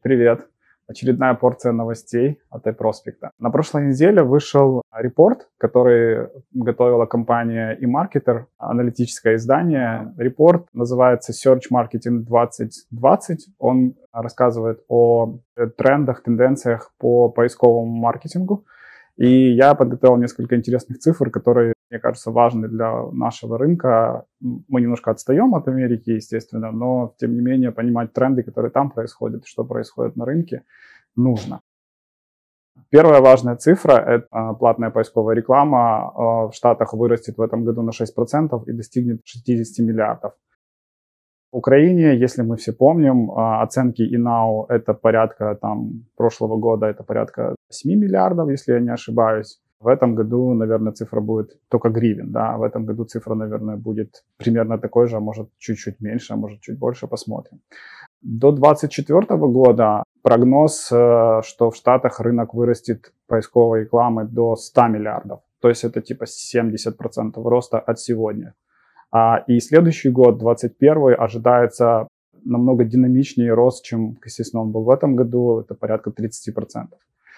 Привет. Очередная порция новостей от iProspect. На прошлой неделе вышел репорт, который готовила компания eMarketer, аналитическое издание. Репорт называется Search Marketing 2020. Он рассказывает о трендах, тенденциях по поисковому маркетингу. И я подготовил несколько интересных цифр, которые, мне кажется, важны для нашего рынка. Мы немножко отстаем от Америки, естественно, но, тем не менее, понимать тренды, которые там происходят, что происходит на рынке, нужно. Первая важная цифра – это платная поисковая реклама. В Штатах вырастет в этом году на 6% и достигнет 60 миллиардов. В Украине, если мы все помним, оценки ИНАУ это порядка прошлого года, это порядка 7 миллиардов, если я не ошибаюсь. В этом году, наверное, цифра будет только гривен, да, в этом году цифра, наверное, будет примерно такой же, а может чуть-чуть меньше, а может чуть больше, посмотрим. До 2024 года прогноз, что в Штатах рынок вырастет поисковой рекламы до 100 миллиардов, то есть это типа 70% роста от сегодня. И следующий год, 2021, ожидается намного динамичнее рост, чем, естественно, он был в этом году, это порядка 30%.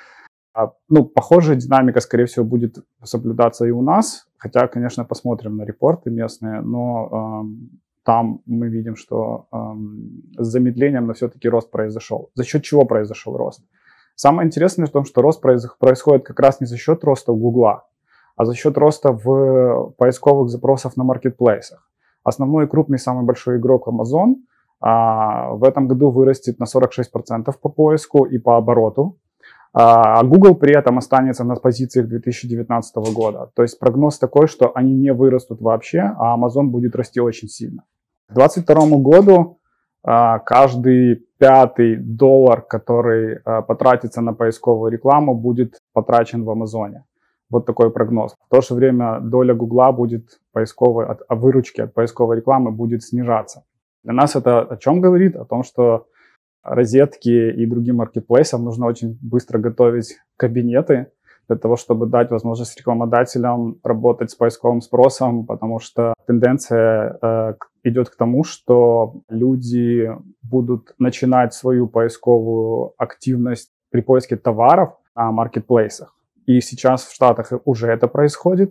Похожая динамика, скорее всего, будет соблюдаться и у нас, хотя, конечно, посмотрим на репорты местные, но там мы видим, что с замедлением, но все-таки рост произошел. За счет чего произошел рост? Самое интересное в том, что рост происходит как раз не за счет роста Гугла, а за счет роста в поисковых запросов на маркетплейсах. Основной и крупный, самый большой игрок Amazon в этом году вырастет на 46% по поиску и по обороту. А Google при этом останется на позициях 2019 года. То есть прогноз такой, что они не вырастут вообще, а Amazon будет расти очень сильно. К 2022 году каждый пятый доллар, который потратится на поисковую рекламу, будет потрачен в Амазоне. Вот такой прогноз. В то же время доля Гугла будет выручки от поисковой рекламы будет снижаться. Для нас это о чем говорит? О том, что розетки и другим маркетплейсам нужно очень быстро готовить кабинеты для того, чтобы дать возможность рекламодателям работать с поисковым спросом, потому что тенденция идет к тому, что люди будут начинать свою поисковую активность при поиске товаров на маркетплейсах. И сейчас в Штатах уже это происходит.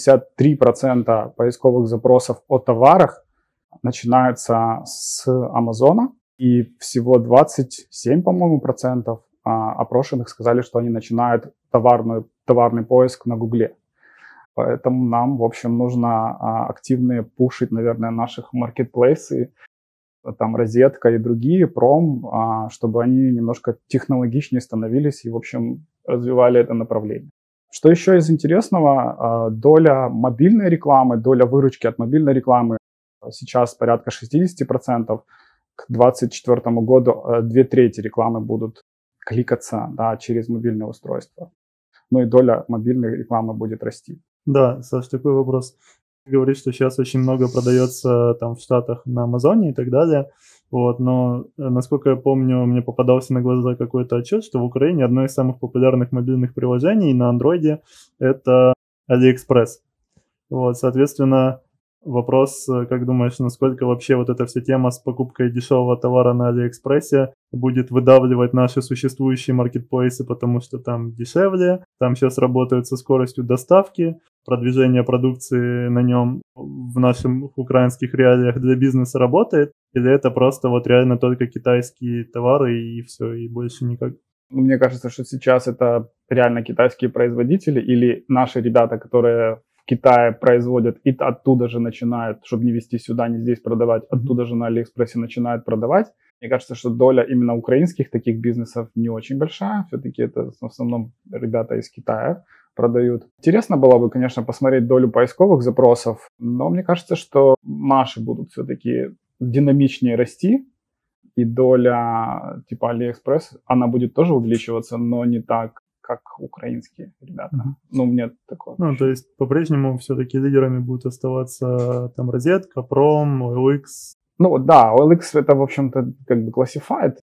53% поисковых запросов о товарах начинаются с Амазона. И всего 27, по-моему, процентов опрошенных сказали, что они начинают товарный поиск на Гугле. Поэтому нам, в общем, нужно активнее пушить, наверное, наших маркетплейсы, там Розетка и другие, Пром, чтобы они немножко технологичнее становились и, в общем, развивали это направление. Что еще из интересного, доля мобильной рекламы, доля выручки от мобильной рекламы сейчас порядка 60%. К 2024 году 2/3 рекламы будут кликаться через мобильное устройство. Ну и доля мобильной рекламы будет расти. Да, Саш, такой вопрос. Говорит, что сейчас очень много продается там в Штатах на Амазоне и так далее. Вот, но, насколько я помню, мне попадался на глаза какой-то отчет, что в Украине одно из самых популярных мобильных приложений на Андроиде – это AliExpress. Вот, соответственно, вопрос, как думаешь, насколько вообще вот эта вся тема с покупкой дешевого товара на Алиэкспрессе будет выдавливать наши существующие маркетплейсы, потому что там дешевле, там сейчас работают со скоростью доставки, продвижение продукции на нем в наших украинских реалиях для бизнеса работает, или это просто вот реально только китайские товары и все, и больше никак? Мне кажется, что сейчас это реально китайские производители или наши ребята, которые в Китае производят и оттуда же начинают, чтобы не везти сюда, не здесь продавать, оттуда же на Алиэкспрессе начинают продавать. Мне кажется, что доля именно украинских таких бизнесов не очень большая. Все-таки это в основном ребята из Китая продают. Интересно было бы, конечно, посмотреть долю поисковых запросов, но мне кажется, что наши будут все-таки динамичнее расти, и доля типа Алиэкспресс, она будет тоже увеличиваться, но не так, как украинские ребята. Мне такое. То есть по-прежнему все-таки лидерами будут оставаться там Розетка, Пром, OLX. Да, OLX это, в общем-то, как бы classified.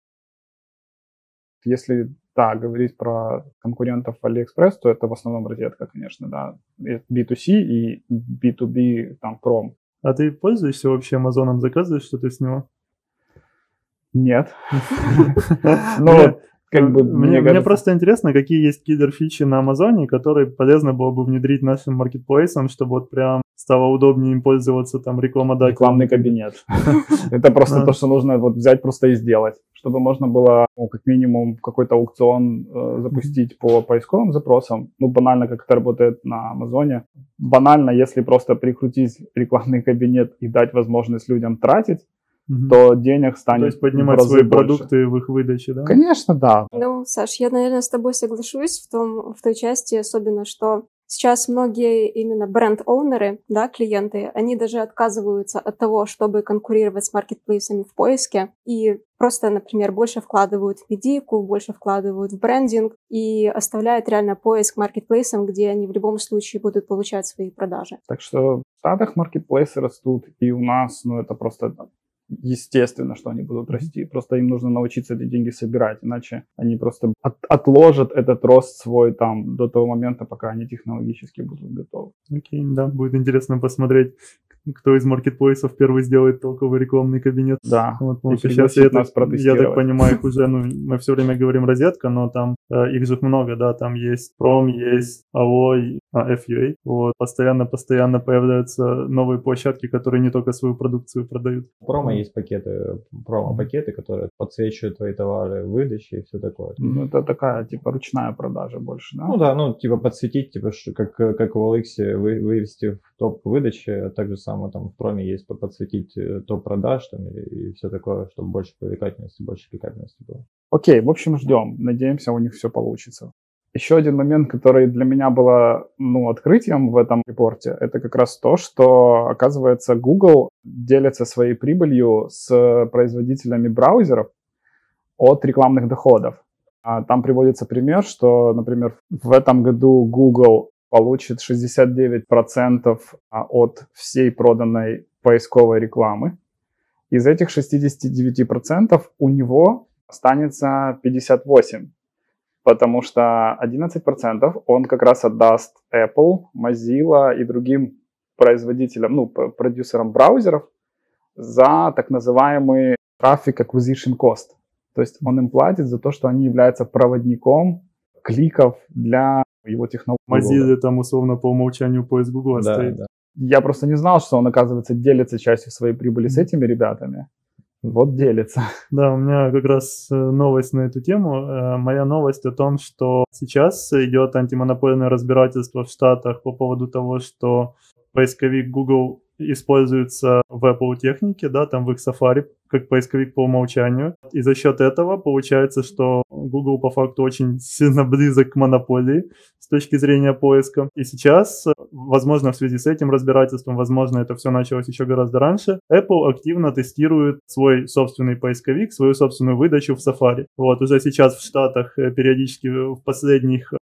Если, говорить про конкурентов AliExpress, то это в основном Розетка, конечно, да. B2C и B2B, там, Prом. А ты пользуешься вообще Амазоном, заказываешь что-то с него? Нет. Ну, как бы, мне просто интересно, какие есть киллер-фичи на Амазоне, которые полезно было бы внедрить нашим маркетплейсам, чтобы вот прям стало удобнее им пользоваться там рекламодателем. Рекламный кабинет. Это просто то, что нужно вот взять просто и сделать, чтобы можно было, как минимум, какой-то аукцион запустить по поисковым запросам. Ну, банально, как это работает на Амазоне. Банально, если просто прикрутить рекламный кабинет и дать возможность людям тратить, то денег станет то есть поднимать в разы свои больше. продукты в их выдаче, да? Конечно, да. Ну, Саш, я, наверное, с тобой соглашусь в той части, особенно, что сейчас многие именно бренд-оунеры, да, клиенты, они даже отказываются от того, чтобы конкурировать с маркетплейсами в поиске, и просто, например, больше вкладывают в медийку, больше вкладывают в брендинг и оставляют реально поиск маркетплейсам, где они в любом случае будут получать свои продажи. Так что в Штатах маркетплейсы растут, и у нас, ну, это просто естественно, что они будут расти. Просто им нужно научиться эти деньги собирать, иначе они просто отложат этот рост свой там до того момента, пока они технологически будут готовы. Окей, да, будет интересно посмотреть, кто из маркетплейсов первый сделает толковый рекламный кабинет. Да, вот, и сейчас нас я так понимаю, их уже, ну, мы все время говорим розетка, но там их же много, да, там есть Prom, есть Alloy, FUA. Вот, постоянно появляются новые площадки, которые не только свою продукцию продают. Промо есть пакеты, промо-пакеты, которые подсвечивают твои товары, выдачи и все такое. Ну, это такая, типа, ручная продажа больше, да? Ну да, ну, типа, подсветить, типа, как в OLX вывести в топ выдачи, а также само там в проме есть подсветить топ продаж там и все такое, чтобы больше привлекательности, больше кликабельности было. Окей, в общем, ждем. Надеемся, у них все получится. Еще один момент, который для меня было, ну, открытием в этом репорте, это как раз то, что, оказывается, Google делится своей прибылью с производителями браузеров от рекламных доходов. Там приводится пример, что, например, в этом году Google получит 69% от всей проданной поисковой рекламы. Из этих 69% у него останется 58%. Потому что 11% он как раз отдаст Apple, Mozilla и другим производителям, ну, продюсерам браузеров за так называемый Traffic Acquisition Cost. То есть он им платит за то, что они являются проводником кликов для его технологий. Mozilla там условно по умолчанию поиск Google стоит. Да. Я просто не знал, что он, оказывается, делится частью своей прибыли с этими ребятами. Вот делится. Да, у меня как раз новость на эту тему. Моя новость о том, что сейчас идет антимонопольное разбирательство в Штатах по поводу того, что поисковик Google используется в Apple технике, да, там в их Safari, как поисковик по умолчанию. И за счет этого получается, что Google по факту очень сильно близок к монополии с точки зрения поиска. И сейчас, возможно, в связи с этим разбирательством, возможно, это все началось еще гораздо раньше, Apple активно тестирует свой собственный поисковик, свою собственную выдачу в Safari. Вот, уже сейчас в Штатах периодически в последних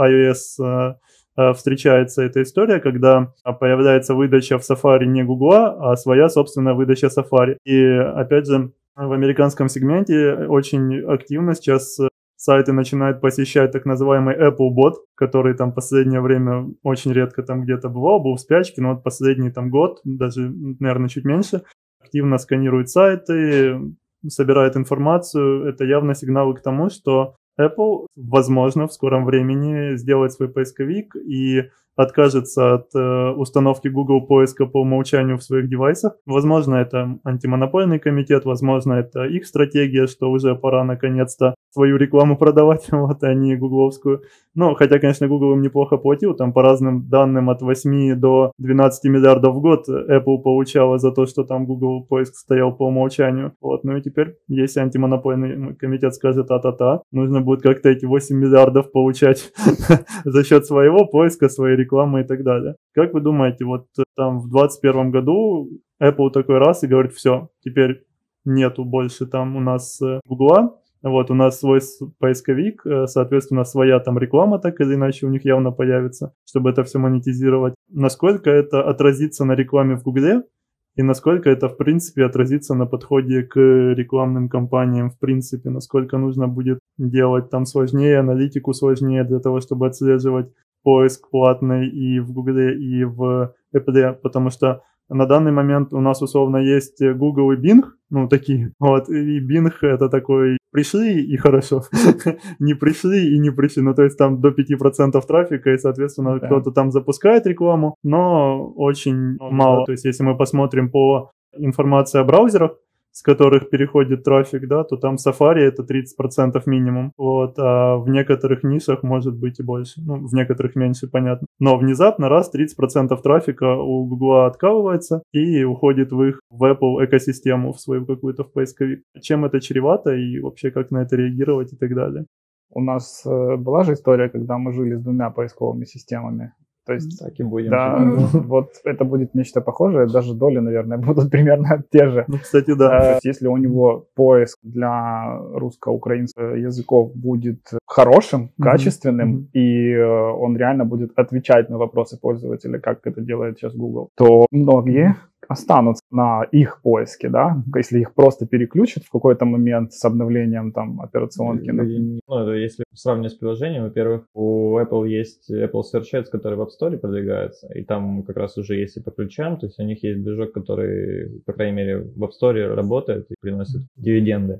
iOS встречается эта история, когда появляется выдача в Safari не Google, а своя собственная выдача Safari. И опять же, в американском сегменте очень активно сейчас сайты начинают посещать так называемый Apple Bot, который там последнее время очень редко там где-то был в спячке, но вот последний там год, даже, наверное, чуть меньше, активно сканирует сайты, собирает информацию. Это явно сигналы к тому, что Apple, возможно, в скором времени сделает свой поисковик и откажется от установки Google поиска по умолчанию в своих девайсах. Возможно, это антимонопольный комитет, возможно, это их стратегия, что уже пора наконец-то свою рекламу продавать, вот, а не гугловскую. Ну, хотя, конечно, Google им неплохо платил, там по разным данным от 8 до 12 миллиардов в год Apple получала за то, что там Google поиск стоял по умолчанию. Вот, ну и теперь, если антимонопольный комитет скажет а-та-та, нужно будет как-то эти 8 миллиардов получать за счет своего поиска, своей рекламы и так далее. Как вы думаете, вот там в 2021 году Apple такой раз и говорит, все, теперь нету больше там у нас Гугла, вот у нас свой поисковик, соответственно, своя там реклама так или иначе у них явно появится, чтобы это все монетизировать. Насколько это отразится на рекламе в Гугле и насколько это, в принципе, отразится на подходе к рекламным кампаниям, в принципе, насколько нужно будет делать там сложнее, аналитику сложнее для того, чтобы отслеживать поиск платный и в Гугле, и в Apple, потому что на данный момент у нас условно есть Google и Bing, ну, такие, вот, и Bing это такой, пришли и хорошо, не пришли и не пришли, ну, то есть там до 5% трафика, и, соответственно, кто-то там запускает рекламу, но очень мало, то есть если мы посмотрим по информации о браузерах, с которых переходит трафик, да, то там Safari это 30% минимум, вот, а в некоторых нишах может быть и больше, ну, в некоторых меньше, понятно. Но внезапно раз 30% трафика у Google откалывается и уходит в Apple экосистему, в свою какую-то, в поисковик. Чем это чревато и вообще как на это реагировать и так далее. У нас была же история, когда мы жили с 2 поисковыми системами. То есть, так и будем. Да, вот это будет нечто похожее, даже доли, наверное, будут примерно те же. Ну, кстати, да. То есть, если у него поиск для русско-украинских языков будет хорошим, качественным, и он реально будет отвечать на вопросы пользователя, как это делает сейчас Google, то многие останутся на их поиске, да, если их просто переключат в какой-то момент с обновлением там операционки. Ну, если сравнивать с приложением, во-первых, у Apple есть Apple Search Ads, который в App Store продвигается, и там как раз уже есть и по ключам, то есть у них есть движок, который, по крайней мере, в App Store работает и приносит дивиденды.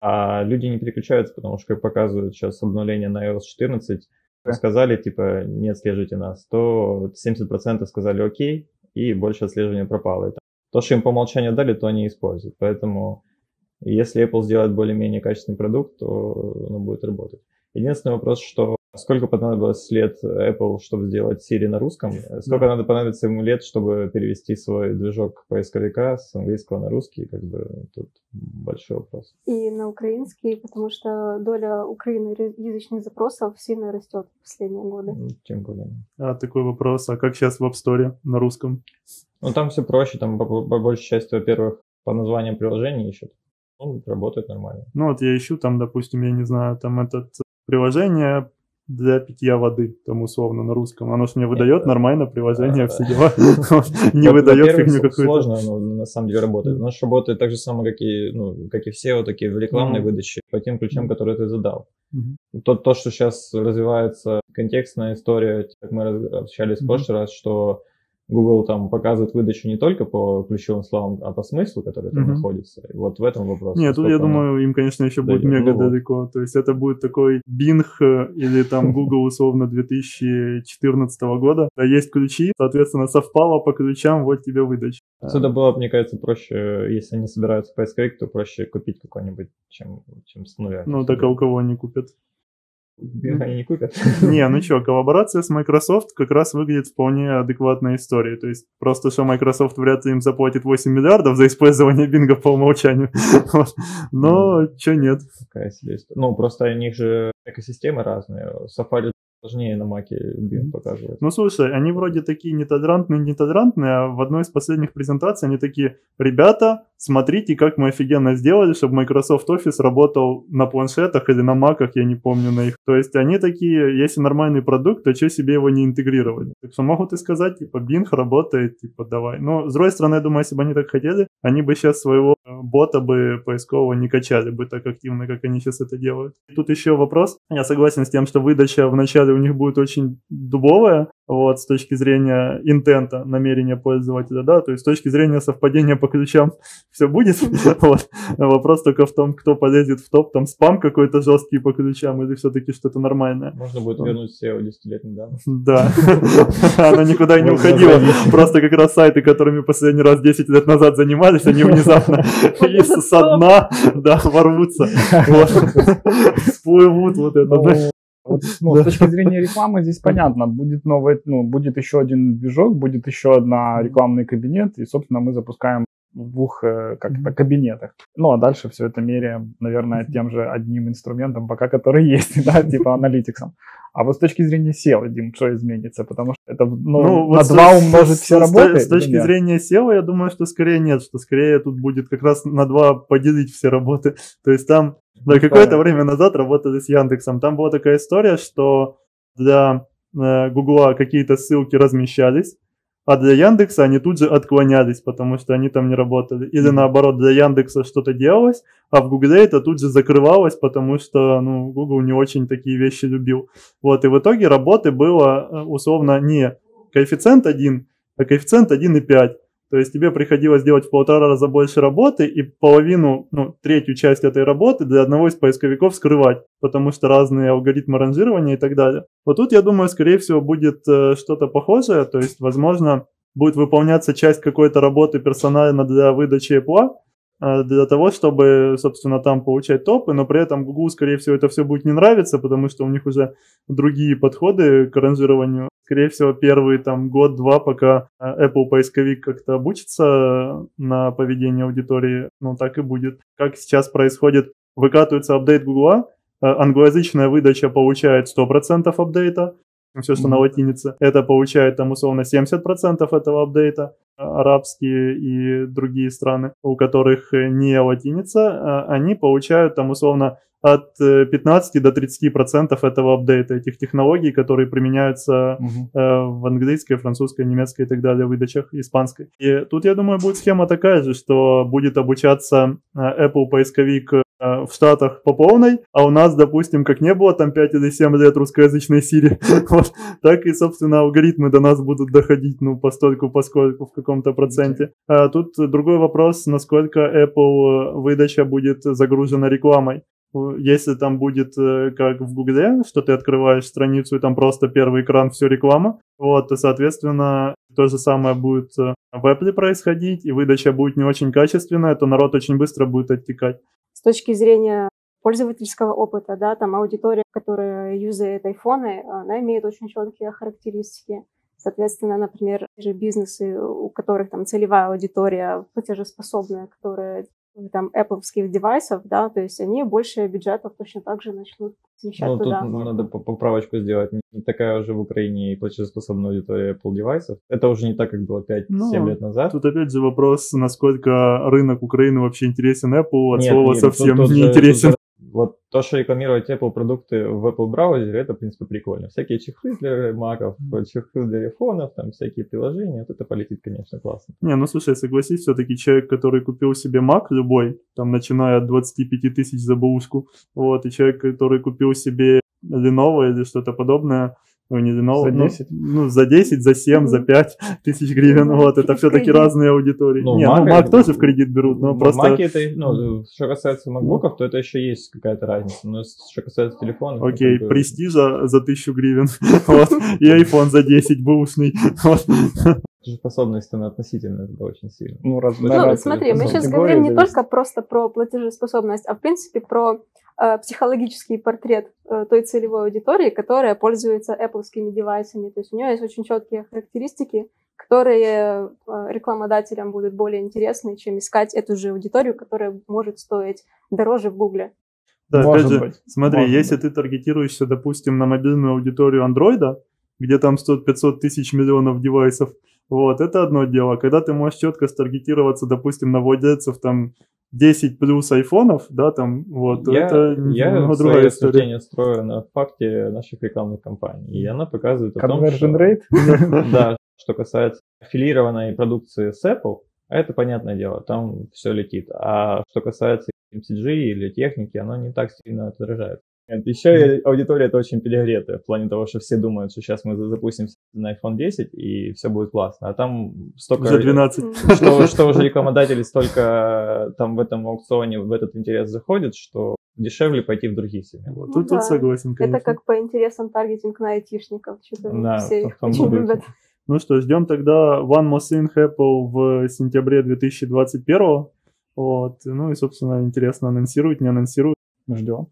А люди не переключаются, потому что, как показывают сейчас обновление на iOS 14, сказали, типа, не отслеживайте нас, то 70% сказали окей, и больше отслеживания пропало. И то, что им по умолчанию дали, то они используют. Поэтому если Apple сделает более-менее качественный продукт, то оно будет работать. Единственный вопрос, что сколько понадобилось лет Apple, чтобы сделать Siri на русском, сколько надо понадобиться ему лет, чтобы перевести свой движок поисковика с английского на русский, как бы тут большой вопрос. И на украинский, потому что доля украиноязычных запросов сильно растет в последние годы. Тем более. Такой вопрос, а как сейчас в App Store на русском? Ну, там все проще, там по большей части, во-первых, по названиям приложений ищут. Он работает нормально. Ну, вот я ищу там, допустим, я не знаю, там приложение для питья воды, там условно на русском. Оно же мне выдает нормально приложение, все дела. Не выдает фигню какую-то. Сложно, но на самом деле работает. Оно же работает так же самое, как и все вот такие в рекламной выдаче, по тем ключам, которые ты задал. То, что сейчас развивается контекстная история, как мы общались в прошлый раз, что Google там показывает выдачу не только по ключевым словам, а по смыслу, который там находится. И вот в этом вопрос. Нет, тут я думаю, им, конечно, еще будет мега далеко. То есть это будет такой Bing или там Google условно 2014 года. Да, есть ключи, соответственно, совпало по ключам, вот тебе выдача. Отсюда было, мне кажется, проще, если они собираются поисковик, то проще купить какой-нибудь, чем с нуля. Ну, так а у кого они купят? Bing они не купят. Не, ну что, коллаборация с Microsoft как раз выглядит вполне адекватной историей. То есть просто, что Microsoft вряд ли им заплатит 8 миллиардов за использование Bing по умолчанию. Но что нет. Такая себе история. Ну, просто у них же экосистемы разные. Safari сложнее на Mac'е Bing показывает. Ну, слушай, они вроде такие нетолерантные, а в одной из последних презентаций они такие: ребята, смотрите, как мы офигенно сделали, чтобы Microsoft Office работал на планшетах или на маках, я не помню на их. То есть они такие, если нормальный продукт, то что себе его не интегрировать? Так что могут и сказать, типа, Bing работает, типа, давай. Но, с другой стороны, я думаю, если бы они так хотели, они бы сейчас своего бота бы поискового не качали бы так активно, как они сейчас это делают. И тут еще вопрос. Я согласен с тем, что выдача вначале у них будет очень дубовая, вот, с точки зрения интента, намерения пользователя, да, то есть с точки зрения совпадения по ключам все будет, вот. Вопрос только в том, кто полезет в топ, там спам какой-то жесткий по ключам или все-таки что-то нормальное. Можно будет вернуть SEO 10-летней давности. Да, она никуда не уходила, просто как раз сайты, которыми последний раз 10 лет назад занимались, они внезапно со дна, да, ворвутся, всплывут вот это. С точки зрения рекламы здесь понятно. Будет будет еще один движок, будет еще одна рекламный кабинет, и, собственно, мы запускаем в 2 кабинетах. Ну, а дальше все это меряем, наверное, тем же одним инструментом, пока который есть, да, типа аналитиксом. А вот с точки зрения SEO, Дим, что изменится? Потому что это на 2 умножить все работы. С точки зрения SEO, я думаю, что скорее нет, что скорее тут будет как раз на 2 поделить все работы. То есть там какое-то время назад работали с Яндексом. Там была такая история, что для Гугла какие-то ссылки размещались, а для Яндекса они тут же отклонялись, потому что они там не работали. Или наоборот, для Яндекса что-то делалось, а в Гугле это тут же закрывалось, потому что Google не очень такие вещи любил. Вот, и в итоге работы было условно не коэффициент 1, а коэффициент 1,5. То есть тебе приходилось делать в 1,5 раза больше работы и половину, третью часть этой работы для одного из поисковиков скрывать, потому что разные алгоритмы ранжирования и так далее. Вот тут, я думаю, скорее всего, будет что-то похожее, то есть, возможно, будет выполняться часть какой-то работы персонально для выдачи Apple, для того, чтобы, собственно, там получать топы, но при этом Google, скорее всего, это все будет не нравиться, потому что у них уже другие подходы к ранжированию. Скорее всего, первый там год-два, пока Apple поисковик как-то обучится на поведение аудитории, так и будет. Как сейчас происходит, выкатывается апдейт Google, англоязычная выдача получает 100% апдейта, все, что на латинице, это получает там условно 70% этого апдейта. Арабские и другие страны, у которых не латиница, они получают там условно от 15 до 30% этого апдейта, этих технологий, которые применяются в английской, французской, немецкой и так далее выдачах, испанской. И тут, я думаю, будет схема такая же, что будет обучаться Apple поисковик в Штатах по полной, а у нас, допустим, как не было там 5 или 7 лет русскоязычной Siri, вот, так и, собственно, алгоритмы до нас будут доходить, поскольку в каком-то проценте. А тут другой вопрос, насколько Apple выдача будет загружена рекламой. Если там будет, как в Гугле, что ты открываешь страницу, и там просто первый экран, все реклама, вот, то, соответственно, то же самое будет в Apple происходить, и выдача будет не очень качественная, то народ очень быстро будет оттекать. С точки зрения пользовательского опыта, да, там аудитория, которая юзает айфоны, она имеет очень четкие характеристики. Соответственно, например, же бизнесы, у которых там целевая аудитория платежеспособная, которые там Apple-овских девайсов, да, то есть они больше бюджетов точно так же начнут смещать туда. Тут надо поправочку сделать. Не такая уже в Украине платежеспособная аудитория Apple девайсов. Это уже не так, как было 5-7 лет назад. Тут опять же вопрос, насколько рынок Украины вообще интересен Apple, от Нет, слова совсем не интересен. Вот то, что рекламировать Apple продукты в Apple браузере, это, в принципе, прикольно. Всякие чехлы для маков, чехлы для айфонов, там всякие приложения, вот это полетит, конечно, классно. Не, слушай, согласись, все-таки человек, который купил себе Mac любой, там, начиная от 25 тысяч за бэушку, вот, и человек, который купил себе Lenovo или что-то подобное, не Lenovo, за 10? За 10, за 7, за 5 тысяч гривен, вот, это все-таки разные аудитории. Mac тоже в кредит берут, но просто... Mac это, что касается MacBook'ов, то это еще есть какая-то разница, но что касается телефонов... Окей, Престижа за 1000 гривен, вот, и iPhone за 10 бэушный, вот. Платежеспособность, она относительно, это очень сильно. Смотри, мы сейчас говорим не только просто про платежеспособность, а в принципе про психологический портрет той целевой аудитории, которая пользуется Apple-скими девайсами. То есть у нее есть очень четкие характеристики, которые рекламодателям будут более интересны, чем искать эту же аудиторию, которая может стоить дороже в Гугле. Да, опять же, смотри, если ты таргетируешься, допустим, на мобильную аудиторию Android, где там 100-500 тысяч миллионов девайсов, вот, это одно дело. Когда ты можешь четко старгетироваться, допустим, на владельцев там 10 плюс айфонов, да, там, вот, это немного другая история. Я строю на факте наших рекламных кампаний, и она показывает о том, Conversion rate? Да, что касается аффилированной продукции с Apple, это понятное дело, там все летит. А что касается MCG или техники, оно не так сильно отражает. Еще и аудитория это очень перегретая, в плане того, что все думают, что сейчас мы запустимся на iPhone 10 и все будет классно, а там столько... Уже 12. Что уже рекламодатели столько там в этом аукционе, в этот интерес заходит, что дешевле пойти в другие сегменты. Вот, тут согласен, конечно. Это как по интересам таргетинг на айтишников, что-то да, все их очень любят. Ну что, ждем тогда One More Thing Apple в сентябре 2021. Вот. Ну и, собственно, интересно, анонсируют, не анонсируют. Ждем.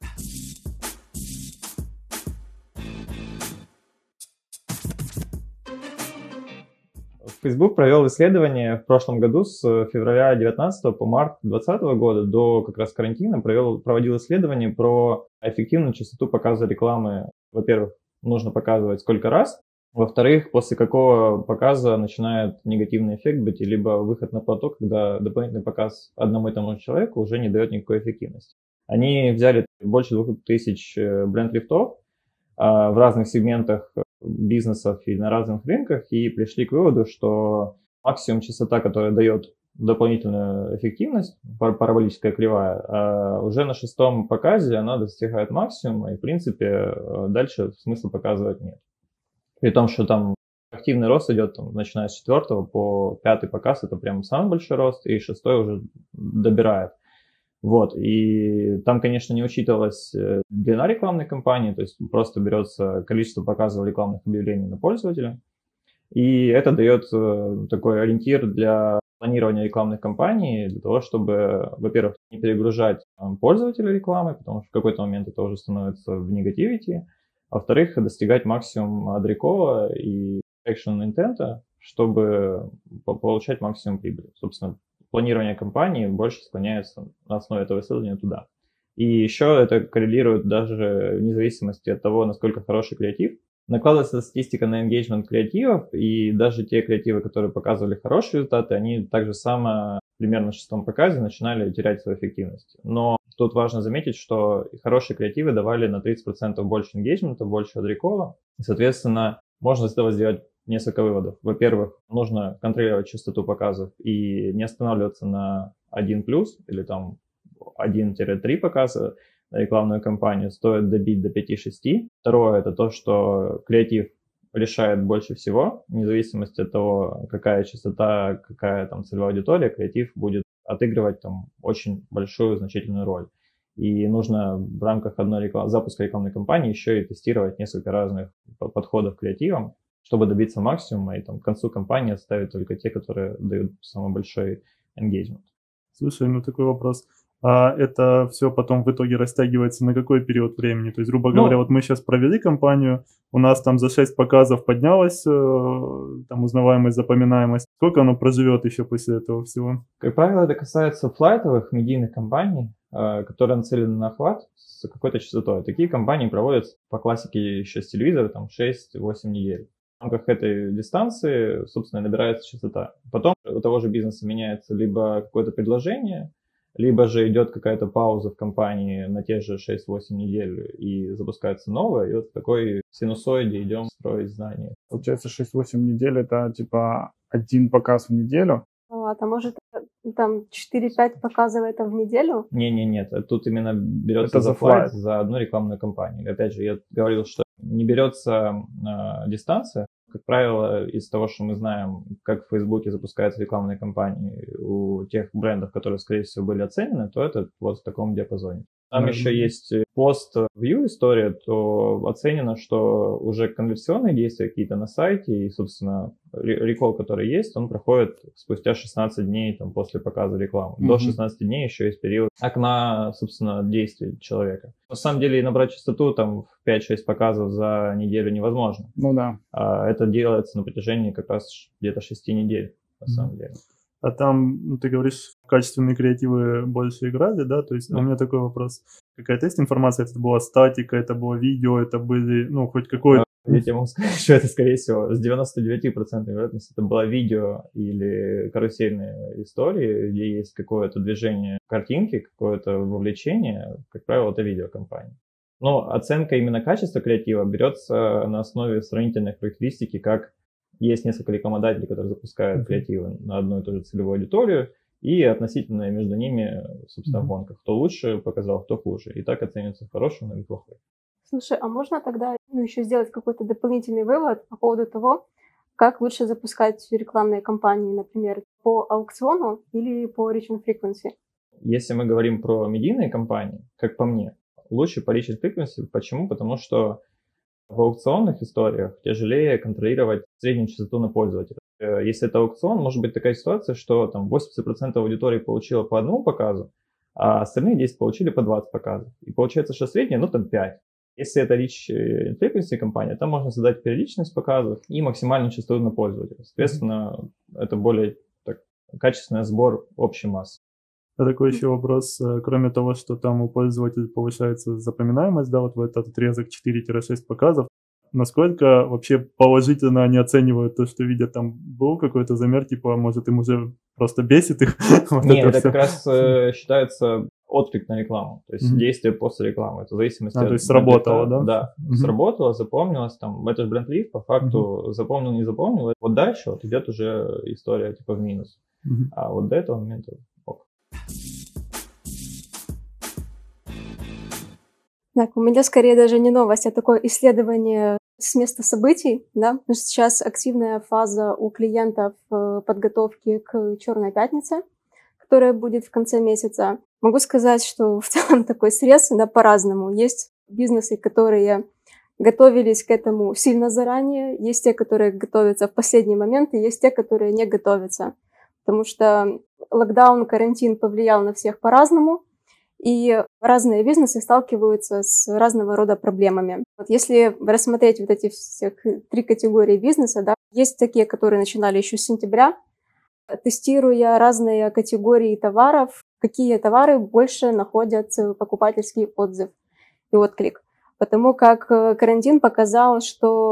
Facebook провел исследование в прошлом году с февраля 2019 по март 2020 года, до как раз карантина, проводил исследование про эффективную частоту показа рекламы. Во-первых, нужно показывать сколько раз. Во-вторых, после какого показа начинает негативный эффект быть, либо выход на плато, когда дополнительный показ одному и тому же человеку уже не дает никакой эффективности. Они взяли больше 2000 бренд-лифтов в разных сегментах бизнесов и на разных рынках и пришли к выводу, что максимум частота, которая дает дополнительную эффективность, параболическая кривая, уже на 6-м показе она достигает максимума и, в принципе, дальше смысла показывать нет. При том, что там активный рост идет, там, начиная с 4 по 5 показ, это прям самый большой рост, и 6 уже добирает. Вот, и там, конечно, не учитывалась длина рекламной кампании, то есть просто берется количество показов рекламных объявлений на пользователя, и это дает такой ориентир для планирования рекламных кампаний, для того, чтобы, во-первых, не перегружать пользователя рекламой, потому что в какой-то момент это уже становится в негативити, а во-вторых, достигать максимум ad recall и action интента, чтобы получать максимум прибыли. Собственно, планирование кампании больше склоняется на основе этого исследования туда. И еще это коррелирует даже вне зависимости от того, насколько хороший креатив. Накладывается статистика на engagement креативов, и даже те креативы, которые показывали хорошие результаты, они также само примерно в 6 показе начинали терять свою эффективность. Но тут важно заметить, что хорошие креативы давали на 30% больше engagement, больше ad recall. И, соответственно, можно из этого сделать несколько выводов. Во-первых, нужно контролировать частоту показов и не останавливаться на 1+ или там 1-3 показа на рекламную кампанию, стоит добить до 5-6. Второе, это то, что креатив решает больше всего, вне зависимости от того, какая частота, какая там целевая аудитория, креатив будет отыгрывать там очень большую, значительную роль. И нужно в рамках одной запуска рекламной кампании еще и тестировать несколько разных подходов к креативам, чтобы добиться максимума, и там к концу кампании оставить только те, которые дают самый большой engagement. Слушай, ну такой вопрос. А это все потом в итоге растягивается на какой период времени? То есть, грубо говоря, вот мы сейчас провели кампанию, у нас там за 6 показов поднялась там узнаваемость, запоминаемость. Сколько оно проживет еще после этого всего? Как правило, это касается флайтовых медийных кампаний, которые нацелены на охват с какой-то частотой. Такие кампании проводятся по классике еще с телевизора, там 6-8 недель. В рамках этой дистанции, собственно, набирается частота. Потом у того же бизнеса меняется либо какое-то предложение, либо же идет какая-то пауза в кампании на те же 6-8 недель и запускается новое, и вот в такой синусоиде идем строить знания. Получается, 6-8 недель это типа один показ в неделю. А может, там 4-5 показывает это в неделю? Нет, тут именно берется Это за за флайт, за одну рекламную кампанию. Опять же, я говорил, что не берется дистанция. Как правило, из того, что мы знаем, как в Фейсбуке запускаются рекламные кампании у тех брендов, которые, скорее всего, были оценены, то это вот в таком диапазоне. Там еще есть пост-вью история, то оценено, что уже конверсионные действия какие-то на сайте, и, собственно, рекол, который есть, он проходит спустя 16 дней там, после показа рекламы. До 16 дней еще есть период окна, собственно, действий человека. На самом деле, набрать частоту там в 5-6 показов за неделю невозможно. Ну да. Это делается на протяжении как раз где-то 6 недель, на самом деле. А там, ну, ты говоришь, качественные креативы больше играли, да? То есть у меня такой вопрос. Какая-то есть информация? Это была статика, это было видео, это были, ну, хоть какое-то... Я тебе могу сказать, что это, скорее всего, с 99% вероятностью это было видео или карусельные истории, где есть какое-то движение картинки, какое-то вовлечение. Как правило, это видеокомпания. Но оценка именно качества креатива берется на основе сравнительной характеристики, как есть несколько рекламодателей, которые запускают креативы на одну и ту же целевую аудиторию, и относительно между ними, собственно, в гонках. Кто лучше показал, кто хуже. И так оценивается хороший или плохой. Слушай, а можно тогда еще сделать какой-то дополнительный вывод по поводу того, как лучше запускать рекламные кампании, например, по аукциону или по reach and frequency? Если мы говорим про медийные кампании, как по мне, лучше по reach and frequency. Почему? Потому что в аукционных историях тяжелее контролировать среднюю частоту на пользователя. Если это аукцион, может быть такая ситуация, что там 80% аудитории получила по одному показу, а остальные 10 получили по 20 показов. И получается, что средняя, ну там 5. Если это reach and frequency компания, там можно задать периодичность показов и максимальную частоту на пользователя. Соответственно, это более качественный сбор общей массы. Такой еще вопрос, кроме того, что там у пользователя повышается запоминаемость, да, вот в этот отрезок 4-6 показов, насколько вообще положительно они оценивают то, что видят? Там был какой-то замер, типа, может, им уже просто бесит их? Нет, это как раз считается отклик на рекламу, то есть действие после рекламы, это в зависимости от... то есть сработало, да? Да, сработало, запомнилось, там, это же бренд-лифт, по факту запомнил, не запомнил, вот дальше вот идет уже история типа в минус, а вот до этого момента ок. Так, у меня скорее даже не новость, а такое исследование с места событий, да, потому что сейчас активная фаза у клиентов подготовки к Черной пятнице, которая будет в конце месяца. Могу сказать, что в целом такой срез, да, по-разному. Есть бизнесы, которые готовились к этому сильно заранее, есть те, которые готовятся в последний момент, и есть те, которые не готовятся. Потому что локдаун, карантин повлиял на всех по-разному, и разные бизнесы сталкиваются с разного рода проблемами. Вот если рассмотреть вот эти все 3 категории бизнеса, да, есть такие, которые начинали еще с сентября, тестируя разные категории товаров, какие товары больше находят покупательский отзыв и отклик. Потому как карантин показал,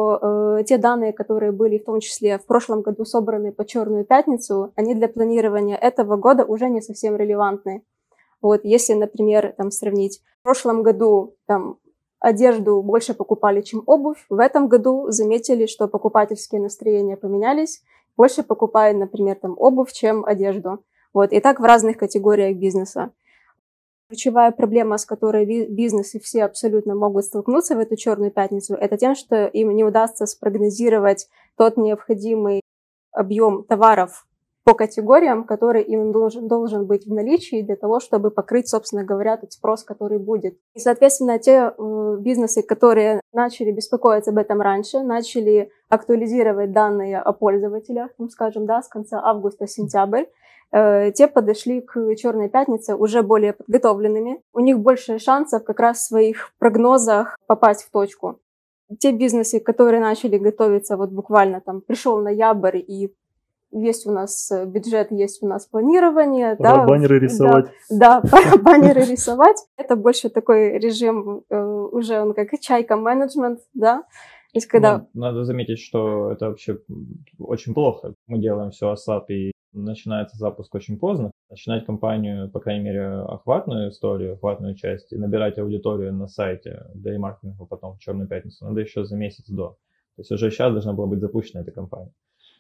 что те данные, которые были в том числе в прошлом году собраны по Черную пятницу, они для планирования этого года уже не совсем релевантны. Вот, если, например, там, сравнить, в прошлом году там, одежду больше покупали, чем обувь, в этом году заметили, что покупательские настроения поменялись, больше покупают, например, там, обувь, чем одежду. Вот, и так в разных категориях бизнеса. Ключевая проблема, с которой бизнесы все абсолютно могут столкнуться в эту Черную пятницу, это тем, что им не удастся спрогнозировать тот необходимый объем товаров по категориям, который им должен быть в наличии для того, чтобы покрыть, собственно говоря, тот спрос, который будет. И, соответственно, те бизнесы, которые начали беспокоиться об этом раньше, начали актуализировать данные о пользователях, скажем, да, с конца августа-сентябрь, те подошли к Черной пятнице уже более подготовленными. У них больше шансов как раз в своих прогнозах попасть в точку. Те бизнесы, которые начали готовиться, вот буквально там пришел ноябрь и есть у нас бюджет, есть у нас планирование. Пора баннеры рисовать. Да, пора баннеры рисовать. Это больше такой режим, уже он как чайка-менеджмент, да. То есть, когда... Надо заметить, что это вообще очень плохо. Мы делаем все ASAP, и начинается запуск очень поздно. Начинать кампанию, по крайней мере, охватную историю, охватную часть, и набирать аудиторию на сайте для ремаркетинга потом в Черную пятницу, надо еще за месяц до. То есть уже сейчас должна была быть запущена эта кампания.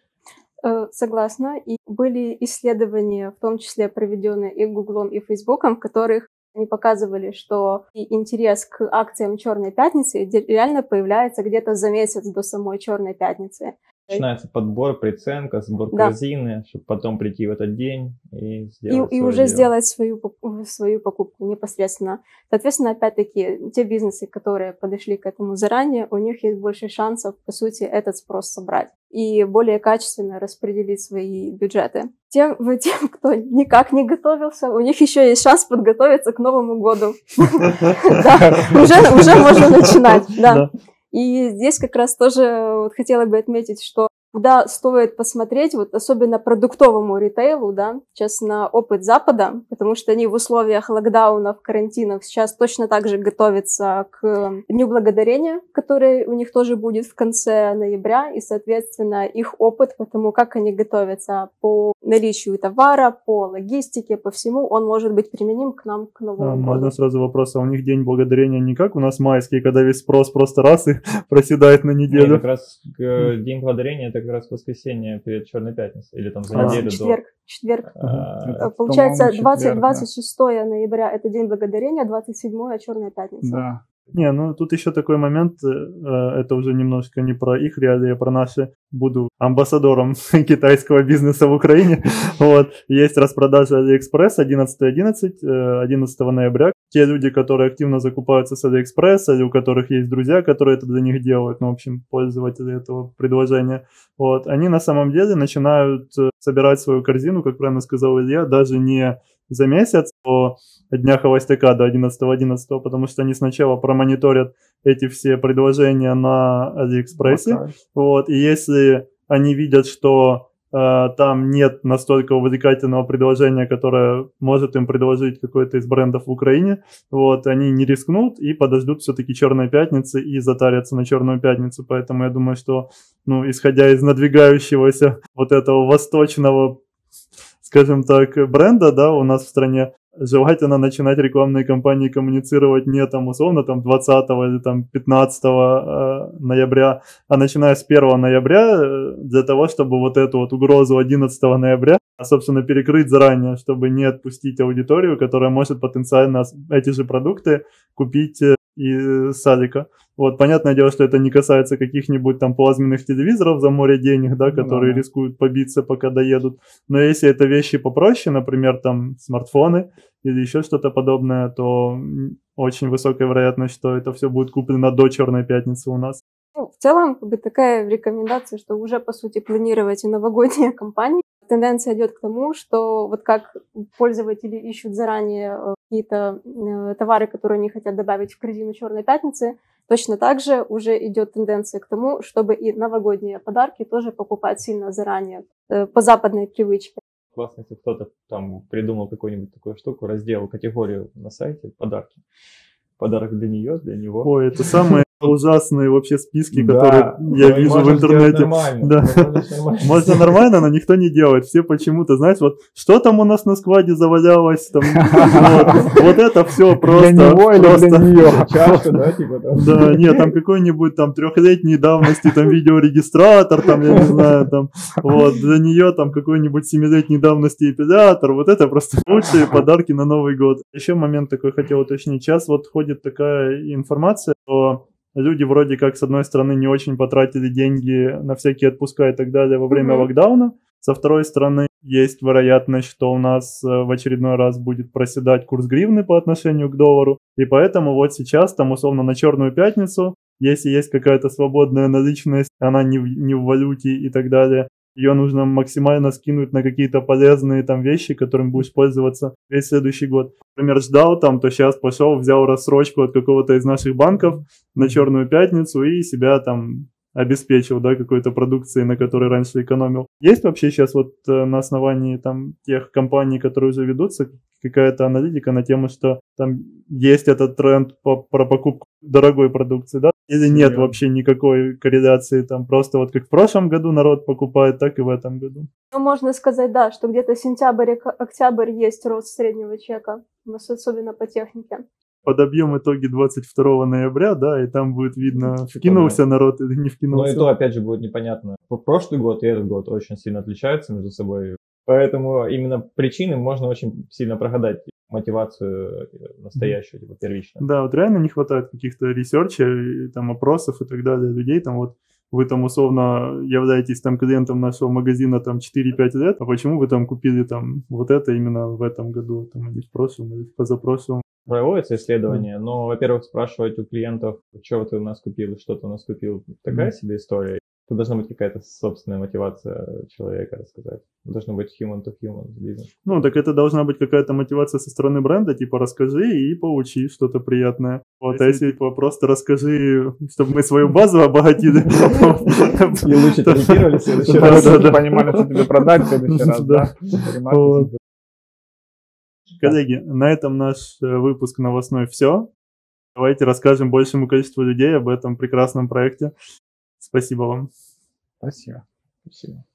Согласна. И были исследования, в том числе проведенные и Гуглом, и Фейсбуком, в которых они показывали, что интерес к акциям Черной пятницы реально появляется где-то за месяц до самой Черной пятницы. Начинается подбор, приценка, сбор корзины, чтобы потом прийти в этот день и сделать и уже дело. Сделать свою покупку непосредственно. Соответственно, опять-таки, те бизнесы, которые подошли к этому заранее, у них есть больше шансов, по сути, этот спрос собрать и более качественно распределить свои бюджеты. Тем, кто никак не готовился, у них еще есть шанс подготовиться к Новому году. Уже можно начинать, да. И здесь как раз тоже хотела бы отметить, что куда стоит посмотреть, вот особенно продуктовому ритейлу, да, сейчас на опыт Запада, потому что они в условиях локдаунов, карантинов сейчас точно так же готовятся к Дню Благодарения, который у них тоже будет в конце ноября, и, соответственно, их опыт по тому, как они готовятся по наличию товара, по логистике, по всему, он может быть применим к нам к Новому году. Можно сразу вопрос, а у них День Благодарения не как у нас майский, когда весь спрос просто раз и проседает на неделю? Как раз День Благодарения это как раз воскресенье перед Черной пятницей, или там за неделю до... Четверг. Получается, 26 ноября это День Благодарения, 27 Черная пятница. Да. Не, ну тут еще такой момент, это уже немножко не про их реалии, а про наши. Буду амбассадором китайского бизнеса в Украине. Вот. Есть распродажа AliExpress 11 ноября. Те люди, которые активно закупаются с AliExpress, или у которых есть друзья, которые это за них делают, ну, в общем, пользователи этого предложения, вот, они на самом деле начинают собирать свою корзину, как правильно сказал Илья, даже не за месяц по дня холостяка до 11.11, потому что они сначала промониторят эти все предложения на AliExpress, вот, и если они видят, что там нет настолько увлекательного предложения, которое может им предложить какой-то из брендов в Украине, вот, они не рискнут и подождут все-таки Черной пятницы и затарятся на Черную пятницу, поэтому я думаю, что, ну, исходя из надвигающегося вот этого восточного, скажем так, бренда, да, у нас в стране, желательно начинать рекламные кампании коммуницировать не там условно там 20 или там 15 ноября, а начиная с 1 ноября для того, чтобы вот эту вот угрозу 11 ноября, собственно, перекрыть заранее, чтобы не отпустить аудиторию, которая может потенциально эти же продукты купить и садика. Вот, понятное дело, что это не касается каких-нибудь там плазменных телевизоров за море денег, да, которые рискуют побиться, пока доедут. Но если это вещи попроще, например, там смартфоны или еще что-то подобное, то очень высокая вероятность, что это все будет куплено до Черной пятницы у нас. Ну, в целом, как бы такая рекомендация, что уже, по сути, планировать и новогодние кампании. Тенденция идет к тому, что вот как пользователи ищут заранее какие-то товары, которые они хотят добавить в корзину Черной пятницы, точно так же уже идет тенденция к тому, чтобы и новогодние подарки тоже покупать сильно заранее, по западной привычке. Классно, если кто-то там придумал какую-нибудь такую штуку, разделал категорию на сайте подарки. Подарок для нее, для него. Ой, это самые ужасные вообще списки, Да, которые я вижу в интернете. Нормально, Можно нормально, но никто не делает. Все почему-то, знаешь, вот что там у нас на складе завалялось, там, вот это все просто. Для него или для нее? Чашка, да, типа там. Да, нет, там какой-нибудь там 3-летней давности там видеорегистратор, там, я не знаю, там, вот, для нее там какой-нибудь 7-летней давности эпилятор, вот это просто лучшие подарки на Новый год. Еще момент такой хотел уточнить. Сейчас вот ходит такая информация, что люди вроде как, с одной стороны, не очень потратили деньги на всякие отпуска и так далее во время локдауна. Со второй стороны, есть вероятность, что у нас в очередной раз будет проседать курс гривны по отношению к доллару. И поэтому вот сейчас, там, условно, на Черную пятницу, если есть какая-то свободная наличность, она не в валюте и так далее, ее нужно максимально скинуть на какие-то полезные там вещи, которым будешь пользоваться весь следующий год. Например, ждал там, то сейчас пошел, взял рассрочку от какого-то из наших банков на Черную пятницу и себя там обеспечил, да, какой-то продукцией, на которой раньше экономил. Есть вообще сейчас вот на основании там тех компаний, которые уже ведутся, какая-то аналитика на тему, что там есть этот тренд про покупку дорогой продукции, да? Или нет вообще никакой корреляции, там просто вот как в прошлом году народ покупает, так и в этом году? Ну, можно сказать, да, что где-то сентябрь-октябрь есть рост среднего чека, особенно по технике. Подобьем итоги 22 ноября, да, и там будет видно, вкинулся народ или не вкинулся. Но и то, опять же, будет непонятно. Прошлый год и этот год очень сильно отличаются между собой. Поэтому именно причины можно очень сильно прогадать, мотивацию настоящую, типа первичную. Да, вот реально не хватает каких-то ресерчей, там, опросов и так далее людей, там вот вы там условно являетесь там клиентом нашего магазина там 4-5 лет, а почему вы там купили там вот это именно в этом году, там, или в прошлом, или в позапрошлом? Проводятся исследования, но, во-первых, спрашивать у клиентов, что ты у нас купил, что ты у нас купил, такая себе история. Тут должна быть какая-то собственная мотивация человека рассказать. Должно быть human to human бизнес. Ну, так это должна быть какая-то мотивация со стороны бренда, типа расскажи и получи что-то приятное. Вот, а если типа, просто расскажи, чтобы мы свою базу обогатили. И лучше таргетировали в следующий раз. раз. Понимали, что тебе продать в следующий раз, да? Коллеги, на этом наш выпуск новостной все. Давайте расскажем большему количеству людей об этом прекрасном проекте. Спасибо вам. Спасибо.